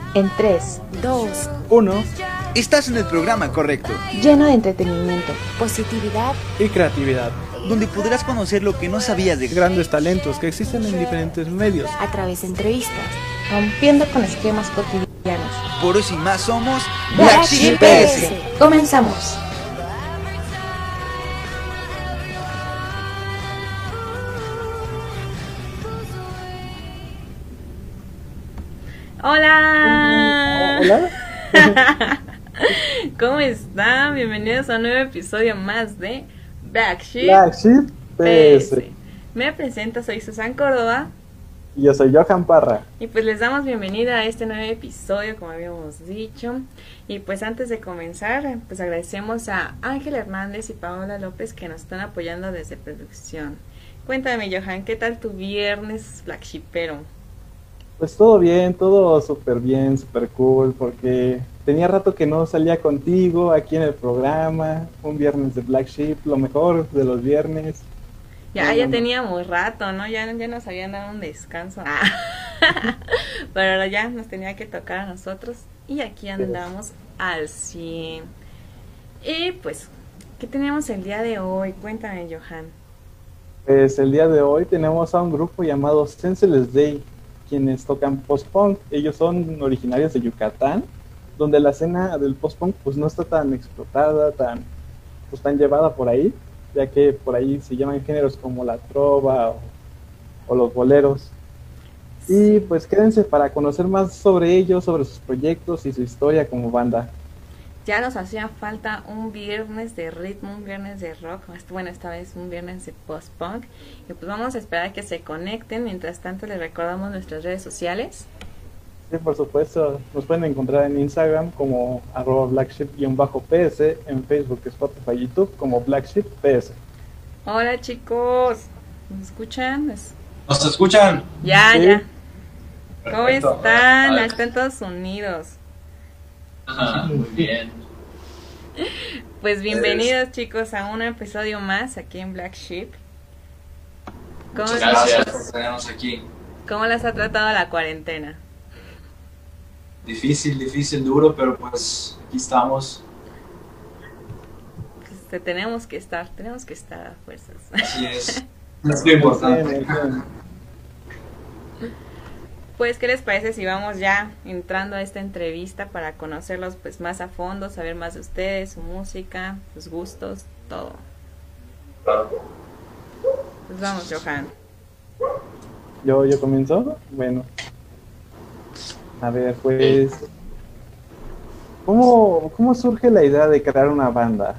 En 3, 2, 1 Estás en el programa correcto, lleno de entretenimiento, positividad y creatividad. donde podrás conocer lo que no sabías de Grandes talentos que existen en diferentes medios. a través de entrevistas. rompiendo con esquemas cotidianos. Por eso y más somos Black Sheep PS. Comenzamos. Hola. Hola. ¿Cómo están? Bienvenidos a un nuevo episodio más de Black Sheep Black Sheep PS. PS. Me presento, soy Susan Córdoba Y yo soy Johan Parra. y pues les damos bienvenida a este nuevo episodio, como habíamos dicho. Y pues antes de comenzar, pues agradecemos a Ángel Hernández y Paola López que nos están apoyando desde producción. Cuéntame, Johan, ¿qué tal tu viernes Black Sheepero? Pues todo bien, todo súper bien, súper cool, porque tenía rato que no salía contigo aquí en el programa. Un viernes de Black Sheep, lo mejor de los viernes. Ya teníamos rato, ¿no? Ya nos habían dado un descanso. Pero ya nos tenía que tocar a nosotros. Y aquí andamos al 100. Y pues, ¿qué tenemos el día de hoy? Cuéntame, Johan. Pues el día de hoy tenemos a un grupo llamado Senseless Day, quienes tocan post-punk. Ellos son originarios de Yucatán, donde la escena del post-punk pues no está tan explotada, tan llevada por ahí, ya que por ahí se llaman géneros como la trova o los boleros. Y pues quédense para conocer más sobre ellos, sobre sus proyectos y su historia como banda. Ya nos hacía falta un viernes de ritmo, un viernes de rock. Bueno, esta vez un viernes de post-punk. Y pues vamos a esperar a que se conecten. Mientras tanto, les recordamos nuestras redes sociales. Sí, por supuesto, nos pueden encontrar en Instagram como @blacksheep_ps, en Facebook, Spotify y YouTube como Black Sheep PS. Hola, chicos. ¿Nos escuchan? ¿Nos escuchan? Ya, Sí. ya. ¿Cómo Perfecto. están? A ver. Están todos unidos. Ajá, muy bien. Pues bienvenidos, chicos, a un episodio más aquí en Black Sheep. ¿Cómo, Muchas gracias por tenernos aquí. ¿Cómo les ha tratado la cuarentena? Difícil, duro, pero pues aquí estamos. Pues tenemos que estar a fuerzas. Así es. Es lo importante. Pues, ¿qué les parece si vamos ya entrando a esta entrevista para conocerlos pues más a fondo, saber más de ustedes, su música, sus gustos, todo? Pues vamos, Johan. ¿Yo comienzo? Bueno. A ver, pues... ¿Cómo surge la idea de crear una banda?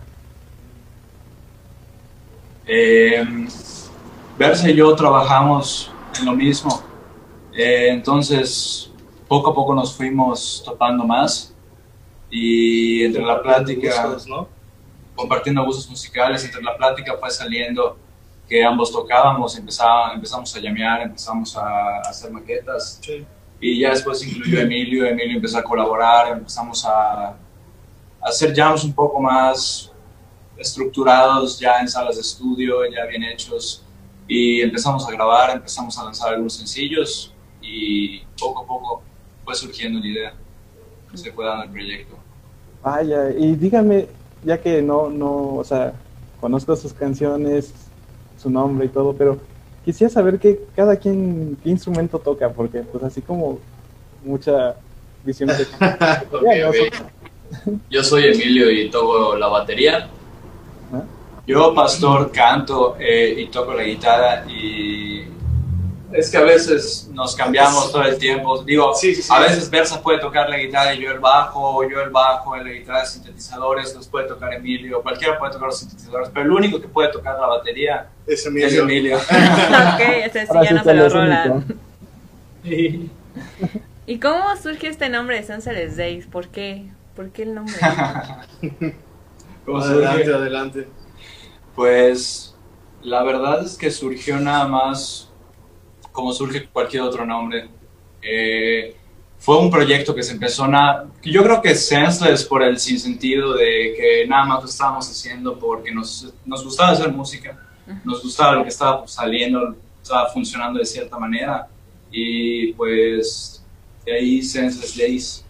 Berce y yo trabajamos en lo mismo. Entonces, poco a poco nos fuimos topando más. Y entre la plática, compartiendo gustos musicales, entre la plática fue saliendo que ambos tocábamos, empezamos a llamear, empezamos a hacer maquetas. Sí. Y ya después incluyó Emilio empezó a colaborar, empezamos a hacer jams un poco más estructurados, ya en salas de estudio, ya bien hechos, y empezamos a grabar, empezamos a lanzar algunos sencillos, y poco a poco fue surgiendo la idea, se fue dando el proyecto. Vaya, y dígame, ya que o sea, conozco sus canciones, su nombre y todo, pero quisiera saber que cada quien qué instrumento toca, porque pues así como mucha visión de... Ok. Yo soy Emilio y toco la batería. ¿Ah? Yo, pastor, canto y toco la guitarra, y es que a veces nos cambiamos todo el tiempo. Digo, Sí. a veces Versa puede tocar la guitarra y yo el bajo, en la guitarra de sintetizadores, los puede tocar Emilio, cualquiera puede tocar los sintetizadores, pero el único que puede tocar la batería Es es Emilio. Ok, ese sí Ahora ya sí no que se él lo es rolan. único. ¿Y cómo surge este nombre de Sunset Days? ¿Por qué? ¿Por qué el nombre? ¿Cómo surge? Adelante. Pues la verdad es que surgió nada más como surge cualquier otro nombre. Fue un proyecto que se empezó, yo creo que senseless por el sinsentido de que nada más lo estábamos haciendo porque nos gustaba hacer música, nos gustaba lo que estaba saliendo, estaba funcionando de cierta manera, y pues De ahí Senseless Days.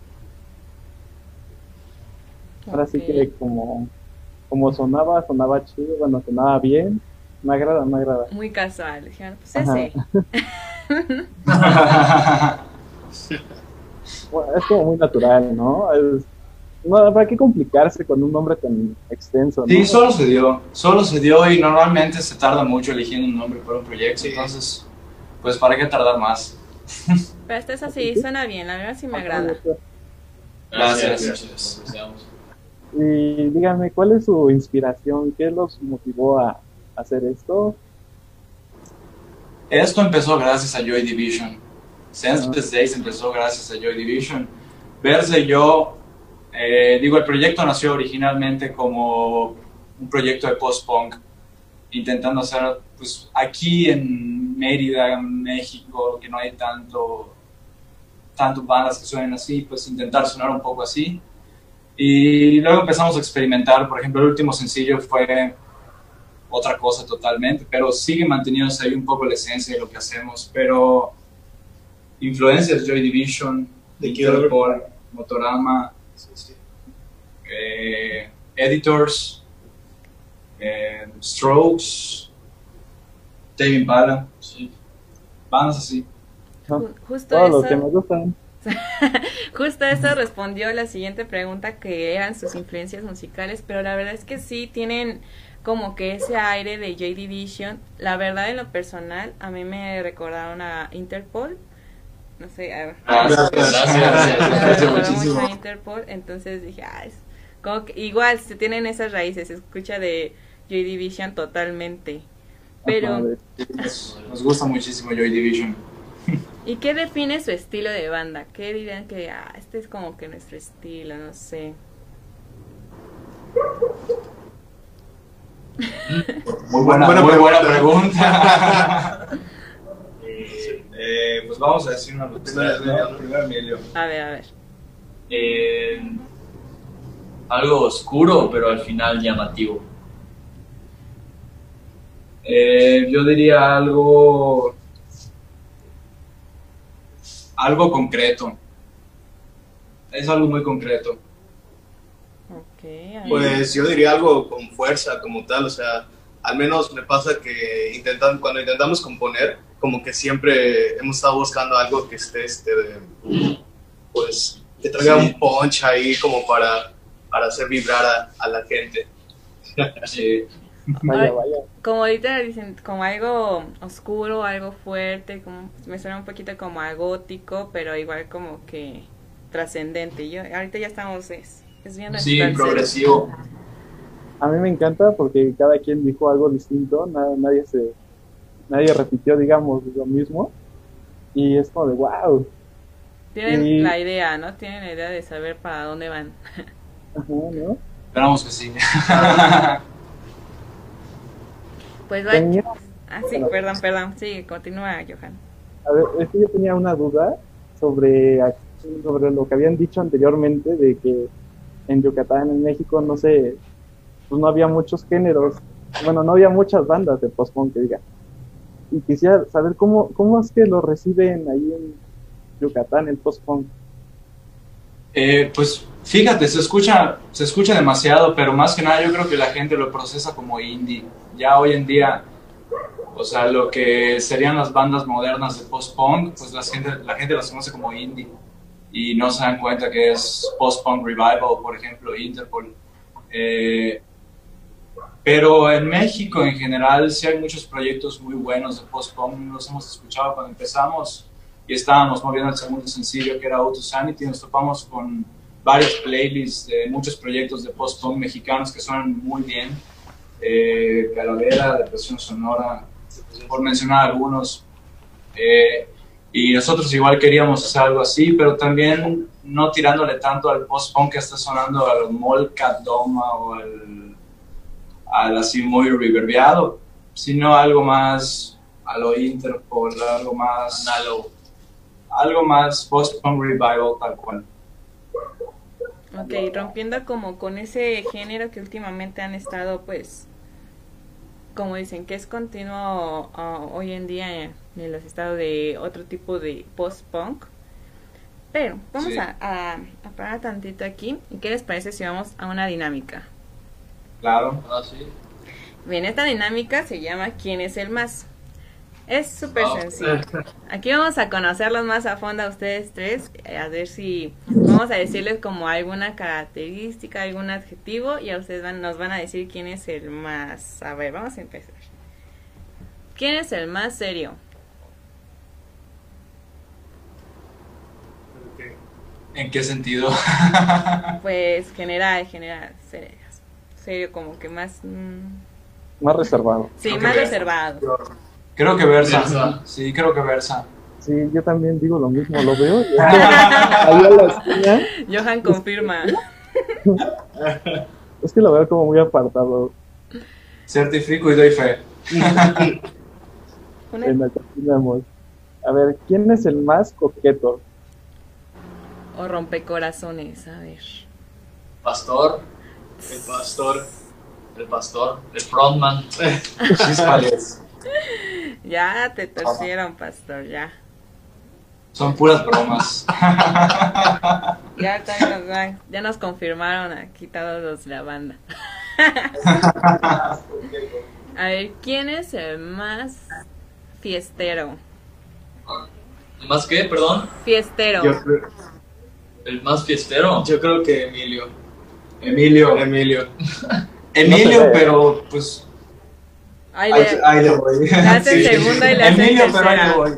Ahora sí Ok. que como sonaba chido, bueno, sonaba bien. Me agrada, me agrada. Muy casual. Dijeron, pues Ajá. ese. Bueno, es como muy natural, ¿no? No, ¿para qué complicarse con un nombre tan extenso, no? Sí, solo se dio y normalmente se tarda mucho eligiendo un nombre para un proyecto, entonces, pues para qué tardar más. Pero esto es así, suena bien, la verdad sí me agrada. Gracias. Lo apreciamos. Y dígame, ¿cuál es su inspiración? ¿Qué los motivó a hacer esto? Esto empezó gracias a Joy Division. Senseless Days empezó gracias a Joy Division. Verse yo, el proyecto nació originalmente como un proyecto de post-punk, intentando hacer, pues aquí en Mérida, en México, que no hay tanto bandas que suenen así, pues intentar sonar un poco así. Y luego empezamos a experimentar, por ejemplo, el último sencillo fue otra cosa totalmente, pero sigue manteniéndose ahí un poco la esencia de lo que hacemos, pero influencias Joy Division, The Interpol, Motorama, Editors, Strokes, Tame Impala, bandas así. Justo Todos los eso. que me gustan. Justo eso respondió la siguiente pregunta, que eran sus influencias musicales, pero la verdad es que sí tienen como que ese aire de Joy Division. La verdad, en lo personal, a mí me recordaron a Interpol. No sé, a ver. Gracias. Me recordó muchísimo. mucho a Interpol, entonces dije, es como que igual se tienen esas raíces, se escucha de Joy Division totalmente. Pero, Ajá, Nos gusta muchísimo Joy Division. ¿y qué define su estilo de banda? ¿Qué dirían que, este es como que nuestro estilo, no sé? Muy buena pregunta. Pues vamos a decir una ustedes, ¿no? Primero Emilio. A ver. Algo oscuro, pero al final llamativo. Yo diría algo concreto. Es algo muy concreto. Ok, a ver. Pues yo diría algo con fuerza como tal, o sea, al menos me pasa que cuando intentamos componer, como que siempre hemos estado buscando algo que esté, pues, que traiga Sí. un punch ahí como para hacer vibrar a la gente. Sí. vaya. Como ahorita dicen, como algo oscuro, algo fuerte, como me suena un poquito como a gótico, pero igual como que trascendente. Yo ahorita ya estamos es bien Sí, nostálgico. progresivo. A mí me encanta porque cada quien dijo algo distinto, nadie repitió, digamos, lo mismo. Y es como de wow. Tienen Y- la idea, ¿no? Tienen la idea de saber para dónde van. Ajá, ¿no? Esperamos que sí. Pues va. Tenía- Sí, perdón. Sí, continúa, Johan. A ver, es que yo tenía una duda sobre lo que habían dicho anteriormente de que en Yucatán, en México, no sé, pues no había muchos géneros, bueno, no había muchas bandas de post-punk que diga. Y quisiera saber cómo es que lo reciben ahí en Yucatán, el post-punk. Pues fíjate, se escucha demasiado, pero más que nada yo creo que la gente lo procesa como indie. Ya hoy en día, o sea, lo que serían las bandas modernas de post-punk, pues la gente las conoce como indie y no se dan cuenta que es post-punk revival, por ejemplo, Interpol. Pero en México en general sí hay muchos proyectos muy buenos de post-punk. Los hemos escuchado cuando empezamos y estábamos moviendo el segundo sencillo que era Auto Sanity. Nos topamos con varias playlists de muchos proyectos de post-punk mexicanos que suenan muy bien. Calavera, Depresión Sonora, por mencionar algunos. Y nosotros igual queríamos hacer algo así, pero también no tirándole tanto al post-punk que está sonando al Molcat Doma o al así muy reverbeado, sino algo más a lo Interpol, algo más Análogo. algo más post-punk revival tal cual. Ok, rompiendo como con ese género que últimamente han estado, pues, como dicen, que es continuo hoy en día en los estados de otro tipo de post-punk. Pero vamos Sí. a parar tantito aquí. ¿Y qué les parece si vamos a una dinámica? Claro. Ah, sí. Bien, esta dinámica se llama ¿Quién es el más? Es súper Ah. sencillo. Aquí vamos a conocerlos más a fondo a ustedes tres, a ver si vamos a decirles como alguna característica, algún adjetivo y a ustedes nos van a decir quién es el más. A ver, vamos a empezar. ¿Quién es el más serio? ¿En qué sentido? Pues general, serio, serio como que más... Más reservado. sí, Creo más que- reservado. Creo que Versa. Versa. Sí, creo que Versa. Sí, yo también digo lo mismo, lo veo. Y ahí a la esquina, Johan confirma. es que lo veo como muy apartado. Certifico y doy fe. Una- En continuamos. A ver, ¿quién es el más coqueto? o rompecorazones, a ver. Pastor, El pastor. el frontman. Chispales. Ya te torcieron, pastor, ya. Son puras bromas. Ya también ya nos confirmaron aquí todos los de la banda. A ver, ¿quién es el más fiestero? ¿El más qué, perdón? Fiestero. El más fiestero. Yo creo que Emilio. Emilio. Emilio. Emilio, No sé. pero pues. Ahí Ahí le voy. le hacen segunda y le hacen Emilio, pero ahí tercera. le voy.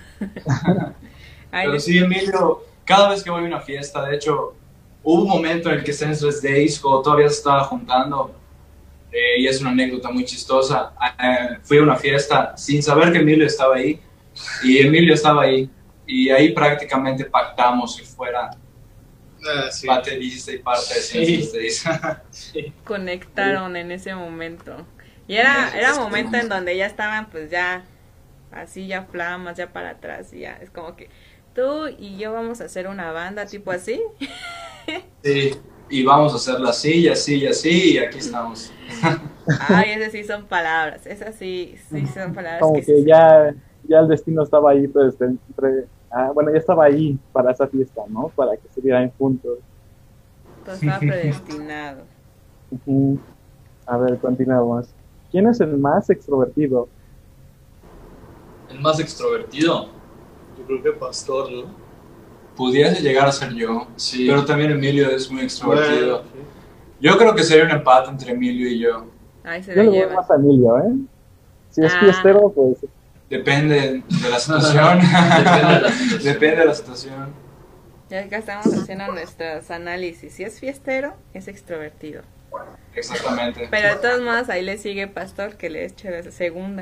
Ahí Pero le- sí, Emilio, cada vez que voy a una fiesta, de hecho, hubo un momento en el que Senseless Days, cuando todavía se estaba juntando, y es una anécdota muy chistosa, fui a una fiesta sin saber que Emilio estaba ahí, y Emilio estaba ahí, y ahí prácticamente pactamos si fuera Sí. baterista y parte de Senseless Days. conectaron en ese momento. Y era un momento en donde ya estaban pues ya así ya flamas, ya para atrás y ya es como que tú y yo vamos a hacer una banda tipo así. Sí, y vamos a hacerla así, y así, y así, y aquí estamos. Ay, esas sí son palabras, esas sí son palabras Como que que sí- ya el destino estaba ahí, pues, bueno, ya estaba ahí para esa fiesta, ¿no? Para que se vieran juntos. todo estaba predestinado. Ujú. A ver, continuamos. ¿Quién es el más extrovertido? El más extrovertido. Yo creo que pastor, ¿no? Pudiese llegar a ser yo, Sí. pero también Emilio es muy extrovertido. Bueno, sí. Yo creo que sería un empate entre Emilio y yo. Ay, se Yo lo le voy llevan. más a Emilio, ¿eh? Si es Ah. fiestero, pues Depende de la situación. Depende de la situación. Depende de la situación. Ya acá estamos haciendo nuestros análisis. Si es fiestero, es extrovertido. Exactamente. Pero de todos modos ahí le sigue Pastor que le eche la segunda.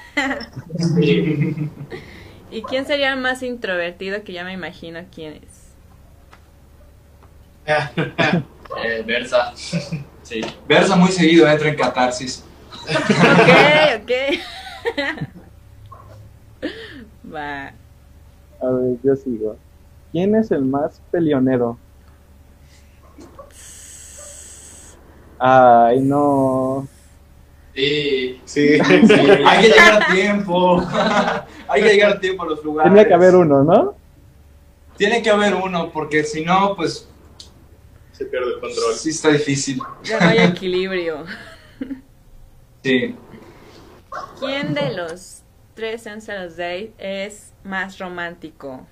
¿Y quién sería el más introvertido? Que ya me imagino quién es. Versa. Sí. Versa muy seguido entra en catarsis. Ok. Va. a ver, yo sigo. ¿Quién es el más peleonero? Ay, no. Sí. Sí. Hay que llegar a tiempo. Hay que llegar a tiempo a los lugares. Tenía que haber uno, ¿no? Tiene que haber uno, porque si no, pues Se pierde el control. sí está difícil. Ya no hay equilibrio. Sí. ¿Quién de los tres Senseless Days es más romántico?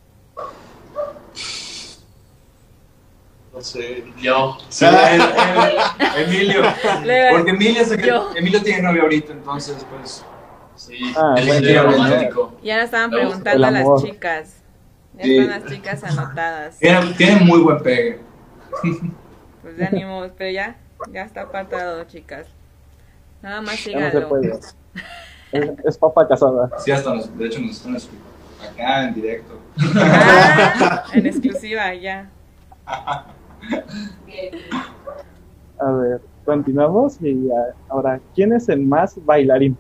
No sé. Yo. Sí, Emilio. Porque Emilio, Yo. Emilio tiene novia ahorita, entonces pues Sí. Ah, Él bueno, sería bueno. romántico. Ya nos estaban Me gusta preguntando a el las amor. chicas. Ya Sí. están las chicas anotadas. tiene muy buen pegue. Pues ya ni modo, pero ya está apartado, chicas. Nada más Ya no se síganlo. puede. Es papa casada. Sí, hasta de hecho nos están escuchando acá en directo. Ah, en exclusiva, ya. A ver, continuamos y ahora, ¿quién es el más bailarín?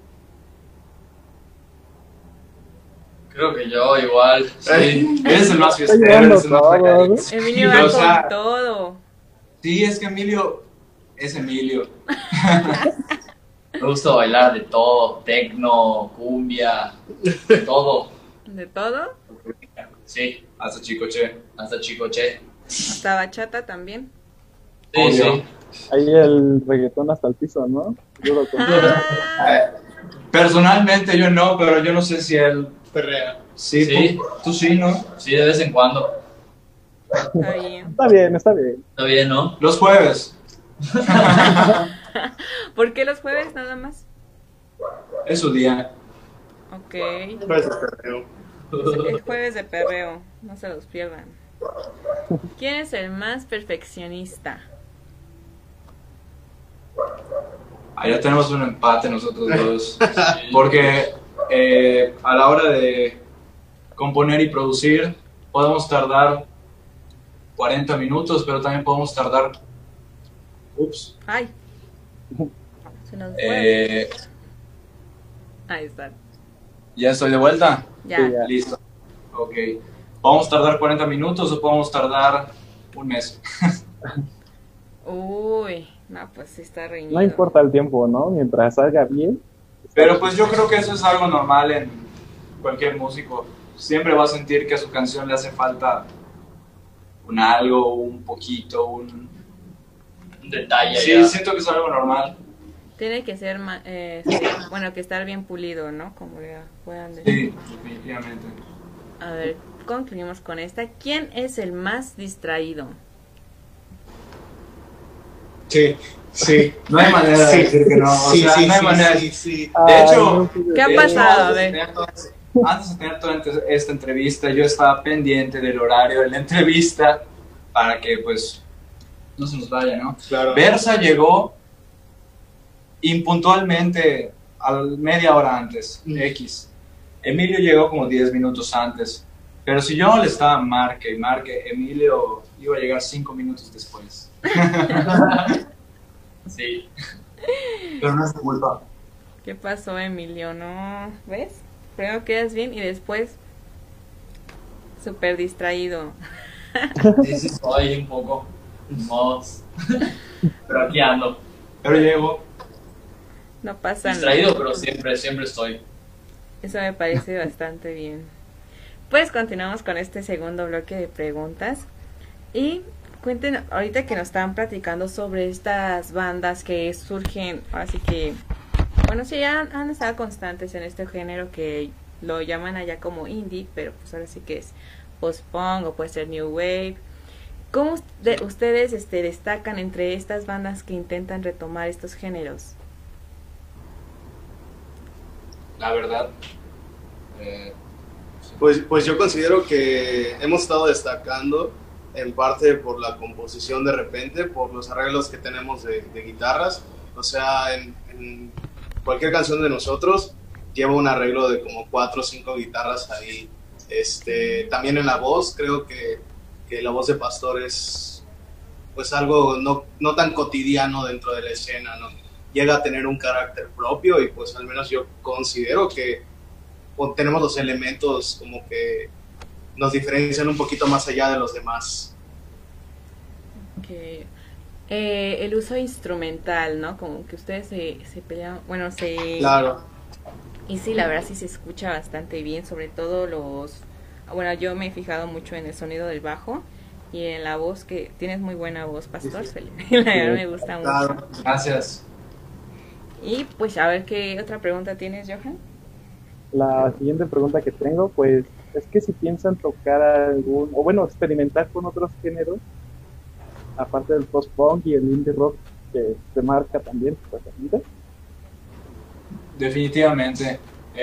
Creo que yo igual. Sí. Eres el más Está fiestero, llevando eres el más todo, bailarín. Emilio Sí, va o sea, con todo. Sí, es que Emilio es Emilio. Me gusta bailar de todo. Tecno, cumbia, de todo. ¿De todo? Sí, hasta Chicoche. hasta Chicoche. Hasta bachata también. Sí, Obvio. sí. Ahí el reggaetón hasta el piso, ¿no? Duro con Personalmente yo no, pero yo no sé si él... Perrea. Sí, Sí. Tú sí, ¿no? Sí, de vez en cuando. Está bien. Está bien, está bien. Está bien, ¿no? Los jueves. ¿Por qué los jueves nada más? Es su día. Ok. Pues, perreo. El jueves de perreo. No se los pierdan. ¿Quién es el más perfeccionista? Allá tenemos un empate nosotros dos. Sí. Porque a la hora de componer y producir podemos tardar 40 minutos, pero también podemos tardar... Ups. Ay. Se nos fue. Ahí está. ¿Ya estoy de vuelta? Ya. Sí, ya. Listo. Ok. ¿Podemos tardar 40 minutos o podemos tardar un mes? Uy. No, pues sí está reñido. No importa el tiempo, ¿no? Mientras salga bien. Pero pues yo creo que eso es algo normal en cualquier músico. Siempre va a sentir que a su canción le hace falta un algo, un poquito, un Detalle Sí, ya. siento que es algo normal. Tiene que ser, bueno, que estar bien pulido, ¿no? Como le puedan decir. Sí, definitivamente. A ver, concluimos con esta. ¿Quién es el más distraído? Sí, sí. No hay manera de decir que no. O sea, no hay manera. sí. De hecho, ¿Qué ha de hecho, pasado? A antes de ver. tener toda esta entrevista, yo estaba pendiente del horario de la entrevista para que, pues, no se nos vaya, ¿no? Claro. Versa llegó impuntualmente a media hora antes, X. Emilio llegó como 10 minutos antes. Pero si yo le estaba marque y marque, Emilio iba a llegar 5 minutos después. Sí. Pero no es tu culpa. ¿Qué pasó, Emilio? ¿No? ¿Ves? Primero quedas bien y después súper distraído. Sí, sí, soy un poco. Modos. Pero aquí ando. Pero llego. No pasa nada. Distraído, pero siempre estoy. Eso me parece bastante bien. Pues continuamos con este segundo bloque de preguntas. Y cuenten, ahorita que nos estaban platicando sobre estas bandas que surgen, así que, bueno, sí, han estado constantes en este género que lo llaman allá como indie, pero pues ahora sí que es post-punk o puede ser new wave. ¿Cómo ustedes destacan entre estas bandas que intentan retomar estos géneros? La verdad. Pues yo considero que hemos estado destacando en parte por la composición de repente, por los arreglos que tenemos de guitarras. O sea, en cualquier canción de nosotros lleva un arreglo de como 4 o 5 guitarras ahí. También en la voz, creo que la voz de Pastor es pues algo no tan cotidiano dentro de la escena, ¿no? Llega a tener un carácter propio y pues al menos yo considero que tenemos los elementos como que nos diferencian un poquito más allá de los demás. Okay. El uso instrumental, ¿no? Como que ustedes se pelean, bueno, Claro. Y sí, la verdad sí se escucha bastante bien, sobre todo bueno, yo me he fijado mucho en el sonido del bajo y en la voz, que tienes muy buena voz, Pastor, la verdad me gusta mucho. Claro. Gracias. Y pues a ver qué otra pregunta tienes, Johan. La siguiente pregunta que tengo, pues, es que si piensan tocar algún, o bueno, experimentar con otros géneros, aparte del post-punk y el indie rock que se marca también, pues, Definitivamente.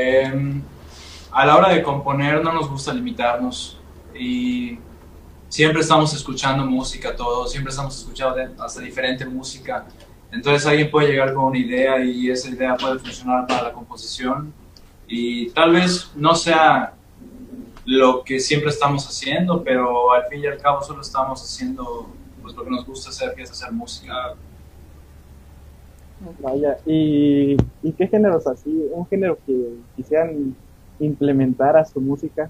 A la hora de componer no nos gusta limitarnos y siempre estamos escuchando música todos, siempre estamos escuchando hasta diferente música. Entonces alguien puede llegar con una idea y esa idea puede funcionar para la composición y tal vez no sea lo que siempre estamos haciendo, pero al fin y al cabo solo estamos haciendo pues lo que nos gusta hacer, que es hacer música. Vaya, ¿y qué géneros así? ¿Un género que quisieran implementar a su música?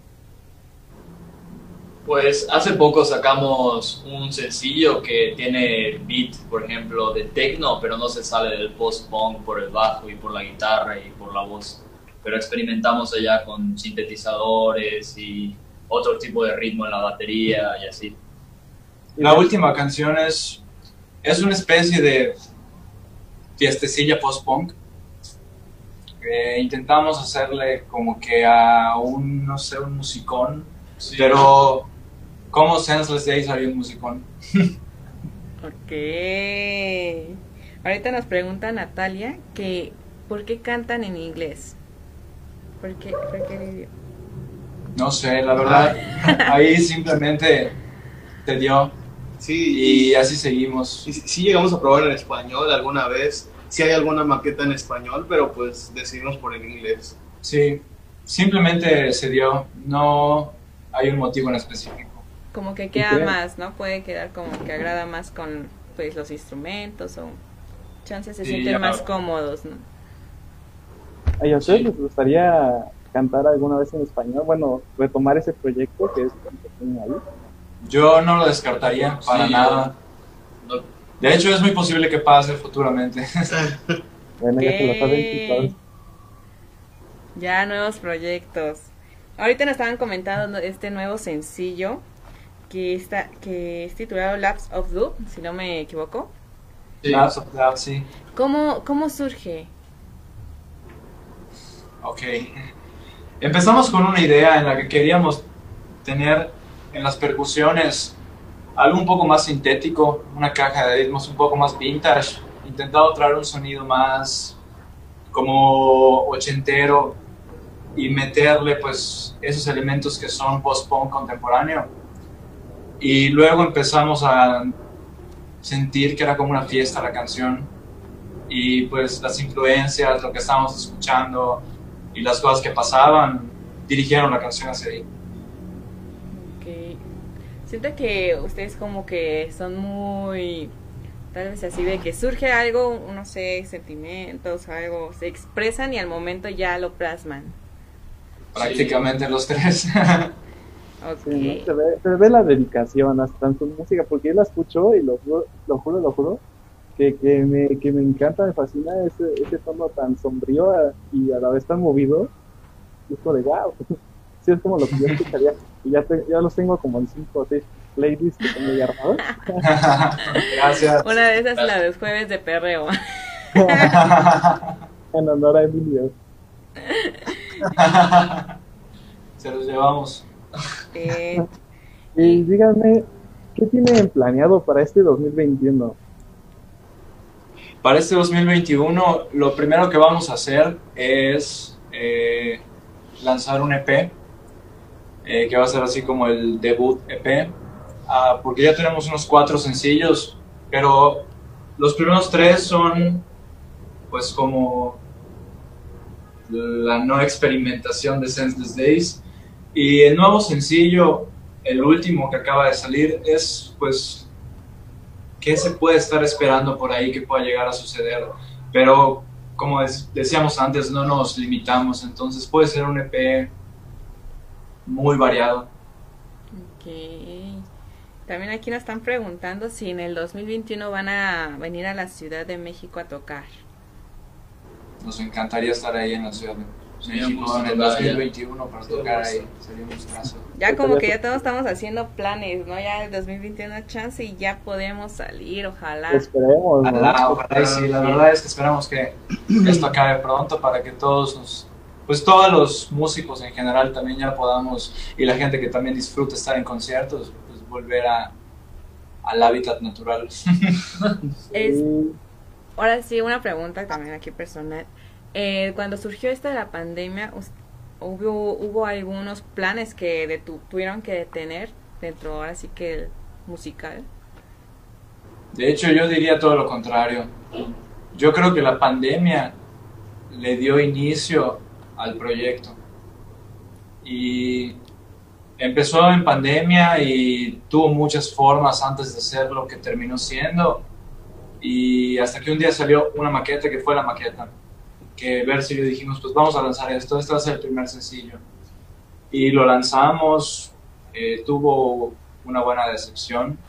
Pues hace poco sacamos un sencillo que tiene beat, por ejemplo, de techno, pero no se sale del post-punk por el bajo y por la guitarra y por la voz. Pero experimentamos allá con sintetizadores y otro tipo de ritmo en la batería y así. La última canción es una especie de fiestecilla post-punk. Intentamos hacerle como que a no sé, un musicón, Sí. pero como Senseless Days había un musicón. Ok. Ahorita nos pregunta Natalia que ¿por qué cantan en inglés? ¿Por qué idioma? No sé, la verdad, ahí simplemente te dio Sí, y así seguimos. sí llegamos a probar en español alguna vez. Sí hay alguna maqueta en español, pero pues decidimos por el inglés. Sí, simplemente se dio, no hay un motivo en específico. Como que queda Ok. más, ¿no? Puede quedar como que agrada más con pues los instrumentos o chances se Sí, sienten ya. más cómodos, ¿no? ¿Y a ustedes Sí. les gustaría cantar alguna vez en español? Bueno, retomar ese proyecto que es el que tienen ahí. Yo no lo descartaría para Sí, nada. No, De hecho, es muy posible que pase futuramente. Bueno, ya se lo saben, Ok. chicos. Ya nuevos proyectos. Ahorita nos estaban comentando este nuevo sencillo que es titulado Labs of Doom, si no me equivoco. sí. Labs of Doubt, sí. ¿Cómo surge? Ok. Empezamos con una idea en la que queríamos tener en las percusiones algo un poco más sintético, una caja de ritmos un poco más vintage, intentado traer un sonido más como ochentero y meterle pues esos elementos que son post-punk contemporáneo. Y luego empezamos a sentir que era como una fiesta la canción y pues las influencias, lo que estábamos escuchando y las cosas que pasaban dirigieron la canción hacia ahí. Ok. Siento que ustedes como que son muy, tal vez así de que surge algo, no sé, sentimientos, algo, se expresan y al momento ya lo plasman. Prácticamente los tres. Ok. Sí, ¿no? Se ve la dedicación hasta en su música, porque yo la escucho y lo juro, que me encanta, me fascina ese tono tan sombrío y a la vez tan movido. Y es como de wow. Sí, es como lo que yo escucharía. Y ya los tengo como en 5 o 6 playlists que tengo ya armados. Gracias. Una de esas es la de los jueves de perreo. En honor a Emilio. Se los llevamos. Y díganme, ¿qué tienen planeado para este 2021? Para este 2021, lo primero que vamos a hacer es lanzar un EP, que va a ser así como el debut EP, porque ya tenemos unos 4 sencillos, pero los primeros 3 son pues como la no experimentación de Senseless Days, y el nuevo sencillo, el último que acaba de salir, es pues qué se puede estar esperando por ahí que pueda llegar a suceder, pero como decíamos antes, no nos limitamos, entonces puede ser un EP muy variado. Ok. También aquí nos están preguntando si en el 2021 van a venir a la Ciudad de México a tocar. Nos encantaría estar ahí en la Ciudad de Sería un México gusto en el tocar allá. 2021 para tocar ahí, sería un gustazo. Ya como que ya todos estamos haciendo planes, ¿no? Ya el 2021 chance y ya podemos salir, ojalá. Esperemos, ¿no? Ojalá y sí, la verdad es que esperamos que esto acabe pronto para que todos los músicos en general también ya podamos, y la gente que también disfruta estar en conciertos, pues volver al hábitat natural. Es- Sí. Ahora sí, una pregunta también aquí personal. Cuando surgió esta de la pandemia, ¿hubo algunos planes que tuvieron que detener dentro, ahora sí que el musical? De hecho, yo diría todo lo contrario. Yo creo que la pandemia le dio inicio al proyecto. Y empezó en pandemia y tuvo muchas formas antes de ser lo que terminó siendo. Y hasta que un día salió una maqueta que fue la maqueta. Que Versi y yo dijimos, pues vamos a lanzar esto, este va a ser el primer sencillo. Y lo lanzamos, tuvo una buena recepción.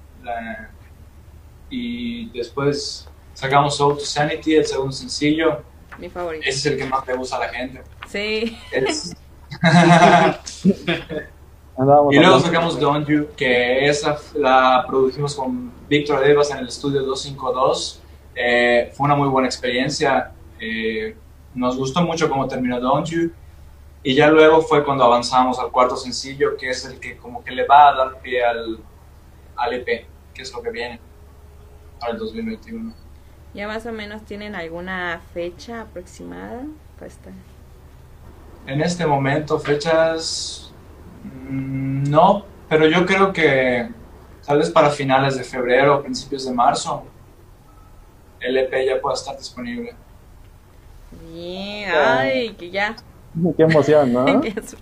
Y después sacamos Soul to Sanity, el segundo sencillo. Mi favorito. Ese es el que más le gusta a la gente. Sí. Es- Andábamos Y luego hablando. sacamos Don't You, que esa la produjimos con Víctor Devas en el estudio 252. Fue una muy buena experiencia. Nos gustó mucho cómo terminó Don't You. Y ya luego fue cuando avanzamos al cuarto sencillo, que es el que como que le va a dar pie al EP, que es lo que viene para el 2021. ¿Ya más o menos tienen alguna fecha aproximada? Pues En este momento, fechas... no, pero yo creo que tal vez para finales de febrero o principios de marzo el EP ya pueda estar disponible. bien, ay, que ya. Qué emoción, ¿no?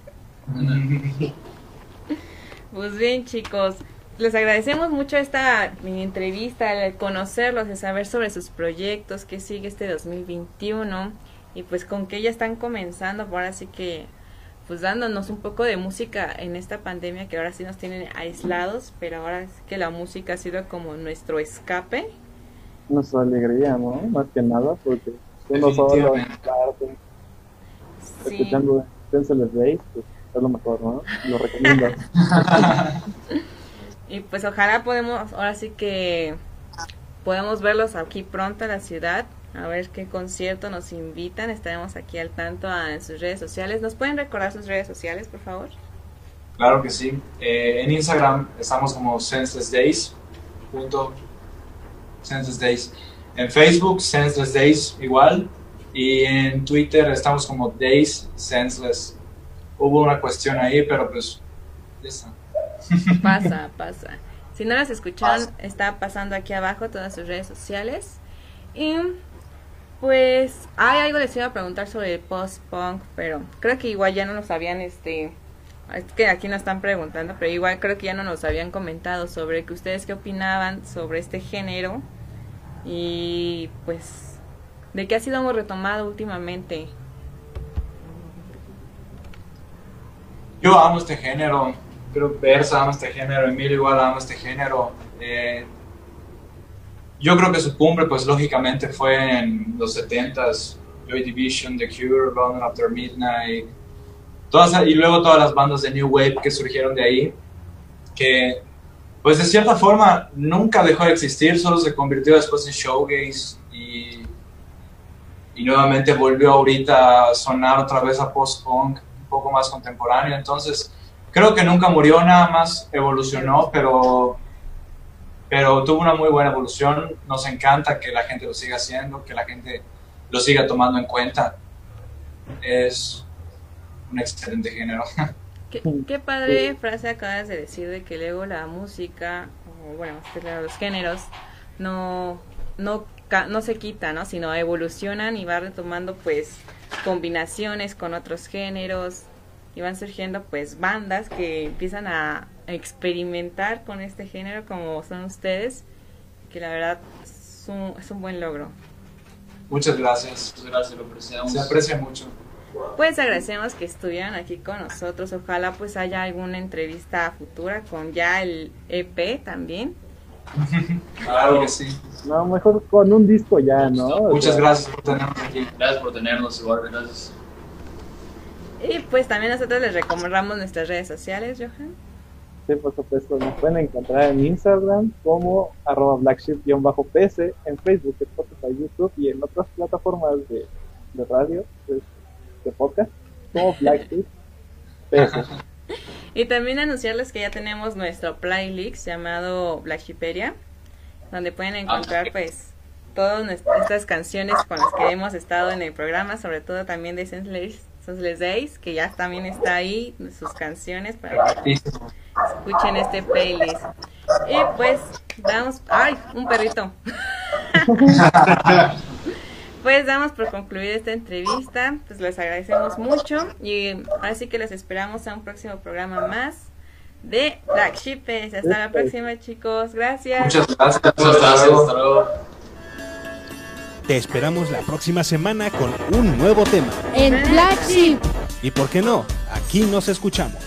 Pues bien, chicos, les agradecemos mucho esta mini entrevista, el conocerlos, el saber sobre sus proyectos, que sigue este 2021 y pues con que ya están comenzando, ahora sí que pues dándonos un poco de música en esta pandemia que ahora sí nos tienen aislados, pero ahora es que la música ha sido como nuestro escape. Nuestra alegría, ¿no? Más que nada, porque uno solo en parte, Sí. escuchando Senseless Days, pues es lo mejor, ¿no? Lo recomiendo. Y pues ojalá ahora sí que podemos verlos aquí pronto en la ciudad, a ver qué concierto nos invitan, estaremos aquí al tanto en sus redes sociales. ¿Nos pueden recordar sus redes sociales, por favor? Claro que sí. En Instagram estamos como Senseless Days. Senseless Days. En Facebook, Senseless Days igual. Y en Twitter estamos como Days Senseless. Hubo una cuestión ahí, pero pues ya está. Pasa. Si no las escucharon, está pasando aquí abajo todas sus redes sociales. Y pues hay algo les iba a preguntar sobre el post-punk, pero creo que igual ya no nos habían, es que aquí nos están preguntando, pero igual creo que ya no nos habían comentado sobre que ustedes qué opinaban sobre este género y pues de qué ha sido retomado últimamente. Yo amo este género. Creo que Versa ama este género. Emilio igual ama este género. Yo creo que su cumbre, pues lógicamente fue en los 70s. Joy Division, The Cure, London After Midnight. Y luego todas las bandas de New Wave que surgieron de ahí. Que, pues de cierta forma, nunca dejó de existir. Solo se convirtió después en showgaze. Y nuevamente volvió ahorita a sonar otra vez a post-punk, un poco más contemporáneo. Entonces, creo que nunca murió, nada más evolucionó, pero tuvo una muy buena evolución. Nos encanta que la gente lo siga haciendo, que la gente lo siga tomando en cuenta. Es un excelente género. Qué padre frase acabas de decir de que luego la música, o bueno, los géneros, no se quita, ¿no? Sino evolucionan y van retomando pues combinaciones con otros géneros y van surgiendo pues bandas que empiezan a experimentar con este género como son ustedes, que la verdad es un buen logro. Muchas gracias. Muchas gracias, lo apreciamos. Se aprecia mucho. Pues agradecemos que estuvieran aquí con nosotros. Ojalá pues haya alguna entrevista futura con ya el EP también. Claro que sí. No, mejor con un disco ya, ¿no? Muchas gracias por tenernos aquí. Gracias por tenernos, igual, gracias. Y pues también nosotros les recomendamos nuestras redes sociales, Johan. Sí, por supuesto, nos pueden encontrar en Instagram como @blacksheep_ps, en Facebook, en Spotify, YouTube y en otras plataformas de radio, pues, de podcast, como blacksheep_ps. Y también anunciarles que ya tenemos nuestro playlist llamado Blacksheeperia, donde pueden encontrar pues todas estas canciones con las que hemos estado en el programa, sobre todo también de Senseless Days, que ya también está ahí, sus canciones para que escuchen este playlist. Y pues damos... ¡Ay! Un perrito. Pues damos por concluida esta entrevista, pues les agradecemos mucho y así que les esperamos a un próximo programa más de Blacksheep. Hasta la próxima, chicos. Gracias. Muchas gracias. Hasta luego. Te esperamos la próxima semana con un nuevo tema. En Black Sheep. Y por qué no, aquí nos escuchamos.